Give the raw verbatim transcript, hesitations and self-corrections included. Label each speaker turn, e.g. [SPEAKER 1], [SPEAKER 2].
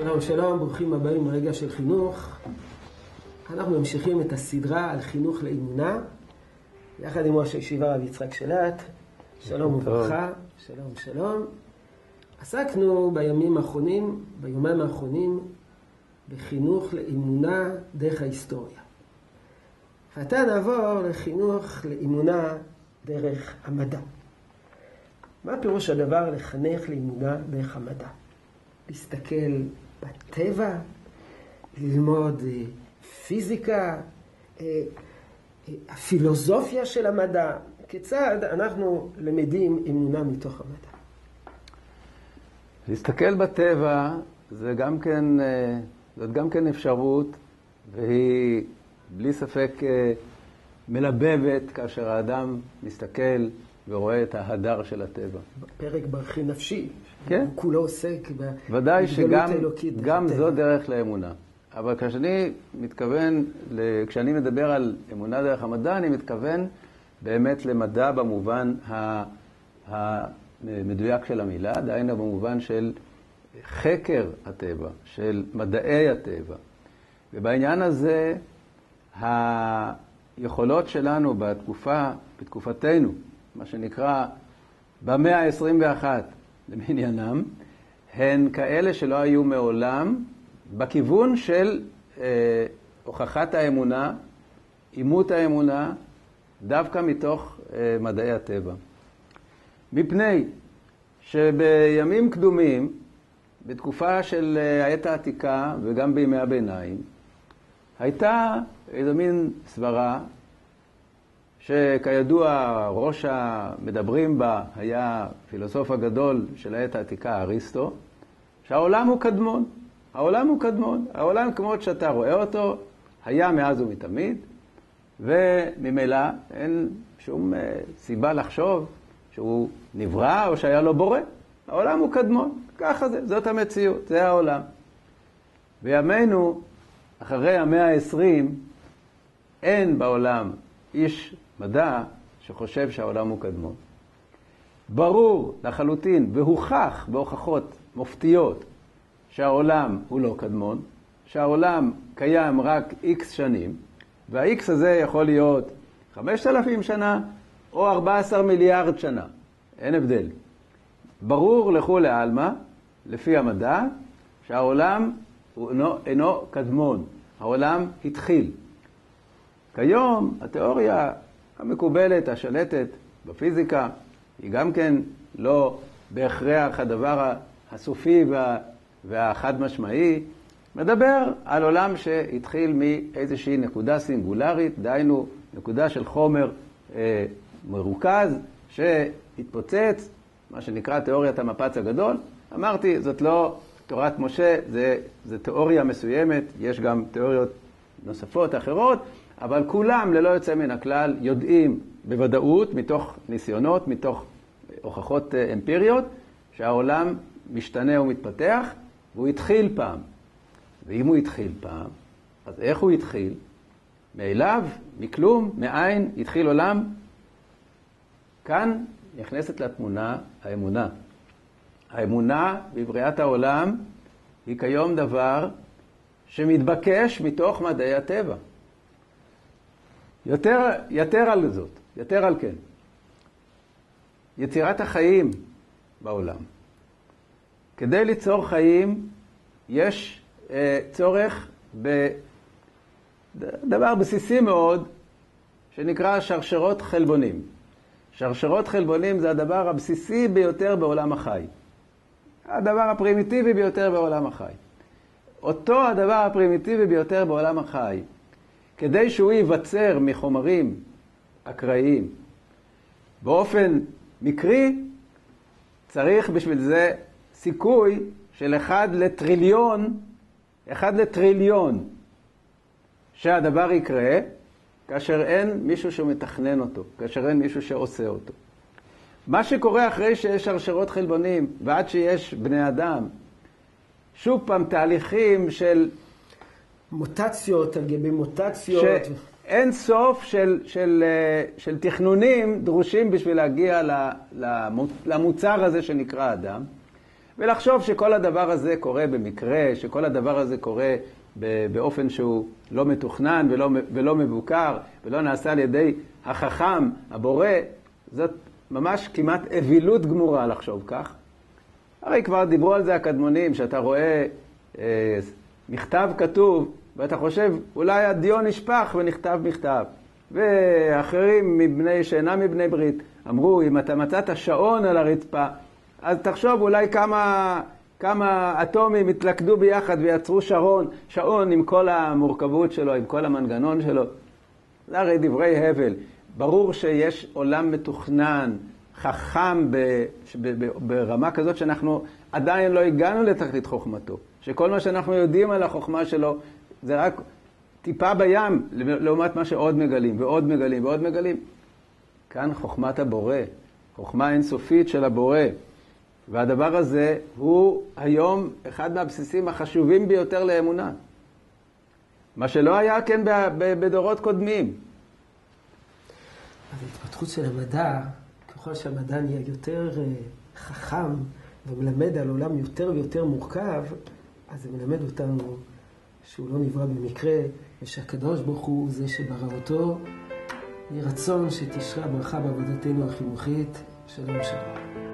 [SPEAKER 1] שלום, שלום, ברוכים הבאים לרגע של חינוך. אנחנו ממשיכים את הסדרה על חינוך לאמונה, יחד עם ראש הישיבה רב יצחק שלט. שלום וברכה, שלום, שלום. עסקנו בימים האחרונים, ביומיים האחרונים, בחינוך לאמונה דרך ההיסטוריה. ועתה נעבור לחינוך לאמונה דרך המדע. מה פירוש הדבר לחנך לאמונה דרך המדע? להסתכל בטבע, ללמוד פיזיקה, הפילוסופיה של המדע. כיצד אנחנו למדים אמונה מתוך המדע?
[SPEAKER 2] להסתכל בטבע זה גם כן, זאת גם כן אפשרות, והיא בלי ספק מלבבת כאשר האדם מסתכל ורואה את ההדר של הטבע.
[SPEAKER 1] פרק ברכי נפשי,
[SPEAKER 2] כן?
[SPEAKER 1] כולו עוסק
[SPEAKER 2] ודאי שגם גם זו דרך לאמונה. אבל כשאני מתכוון, כשאני מדבר על אמונה דרך המדע, אני מתכוון באמת למדע במובן המדויק של המילה, דהיינו במובן של חקר הטבע, של מדעי הטבע. ובעניין הזה, היכולות שלנו בתקופה, בתקופתנו, מה שנקרא במאה ה-עשרים ואחת למניינם, הן כאלה שלא היו מעולם בכיוון של אה, הוכחת האמונה, אימות האמונה, דווקא מתוך אה, מדעי הטבע. מפני שבימים קדומים, בתקופה של העת העתיקה וגם בימי הביניים, הייתה איזו מין סברה שכידוע ראש המדברים בה היה פילוסוף הגדול של העת העתיקה, אריסטו, שהעולם הוא קדמון. העולם הוא קדמון. העולם כמות שאתה רואה אותו היה מאז ומתמיד, וממילא אין שום סיבה לחשוב שהוא נברא או שהיה לו בורא. העולם הוא קדמון. ככה זה, זאת המציאות, זה העולם. בימינו, אחרי המאה העשרים, אין בעולם איש מדע שחושב שהעולם הוא קדמון. ברור לחלוטין והוכח בהוכחות מופתיות שהעולם הוא לא קדמון, שהעולם קיים רק איקס שנים, וה-X הזה יכול להיות חמשת אלפים שנה או ארבעה עשר מיליארד שנה. אין הבדל. ברור לכולי עלמא, לפי המדע, שהעולם הוא אינו, אינו קדמון. העולם התחיל. כיום התיאוריה המקובלת, השלטת בפיזיקה, היא גם כן לא בהכרח הדבר הסופי וה, והחד משמעי, מדבר על עולם שהתחיל מאיזושהי נקודה סינגולרית, דהיינו נקודה של חומר אה, מרוכז שהתפוצץ, מה שנקרא תיאוריית המפץ הגדול. אמרתי, זאת לא תורת משה, זה, זה תיאוריה מסוימת, יש גם תיאוריות נוספות אחרות, אבל כולם ללא יוצא מן הכלל יודעים בוודאות, מתוך ניסיונות, מתוך הוכחות אמפיריות, שהעולם משתנה ומתפתח, והוא התחיל פעם. ואם הוא התחיל פעם, אז איך הוא התחיל? מאליו, מכלום, מאין, התחיל עולם. כאן נכנסת לתמונה האמונה. האמונה בבריאת העולם היא כיום דבר שמתבקש מתוך מדעי הטבע. יותר, יותר על זאת, יותר על כן. יצירת החיים בעולם. כדי ליצור חיים יש אה, צורך בדבר בסיסי מאוד שנקרא שרשרות חלבונים. שרשרות חלבונים זה הדבר הבסיסי ביותר בעולם החי. הדבר הפרימיטיבי ביותר בעולם החי. אותו הדבר הפרימיטיבי ביותר בעולם החי, כדי שהוא ייווצר מחומרים אקראיים באופן מקרי, צריך בשביל זה סיכוי של אחד לטריליון, אחד לטריליון, שהדבר יקרה כאשר אין מישהו שמתכנן אותו, כאשר אין מישהו שעושה אותו. מה שקורה אחרי שיש שרשרות חלבונים ועד שיש בני אדם, שוב פעם תהליכים של
[SPEAKER 1] מוטציות, על גבי מוטציות.
[SPEAKER 2] שאין סוף של, של, של תכנונים דרושים בשביל להגיע למוצר הזה שנקרא אדם. ולחשוב שכל הדבר הזה קורה במקרה, שכל הדבר הזה קורה באופן שהוא לא מתוכנן ולא, ולא מבוקר, ולא נעשה על ידי החכם, הבורא, זאת ממש כמעט אווילות גמורה לחשוב כך. הרי כבר דיברו על זה הקדמונים, שאתה רואה אה, מכתב כתוב, ואתה חושב, אולי הדיו נשפך ונכתב מכתב. ואחרים מבני, שאינם מבני ברית, אמרו, אם אתה מצאת שעון על הרצפה, אז תחשוב אולי כמה, כמה אטומים התלכדו ביחד ויצרו שעון, שעון עם כל המורכבות שלו, עם כל המנגנון שלו. זה הרי דברי הבל. ברור שיש עולם מתוכנן, חכם ב, ב, ב, ברמה כזאת שאנחנו עדיין לא הגענו לתכלית חוכמתו. שכל מה שאנחנו יודעים על החוכמה שלו זה רק טיפה בים לעומת מה שעוד מגלים ועוד מגלים ועוד מגלים. כאן חוכמת הבורא, חוכמה אינסופית של הבורא. והדבר הזה הוא היום אחד מהבסיסים החשובים ביותר לאמונה. מה שלא היה כן בדורות קודמים.
[SPEAKER 1] ההתפתחות של המדע, ככל שהמדע נהיה יותר חכם ומלמד על עולם יותר ויותר מורכב, אז זה מלמד אותנו שהוא לא נברא במקרה, ושהקדוש ברוך הוא זה שברא אותו. יהי רצון שתשרה ברכה בעבודתנו החינוכית. שלום שלום.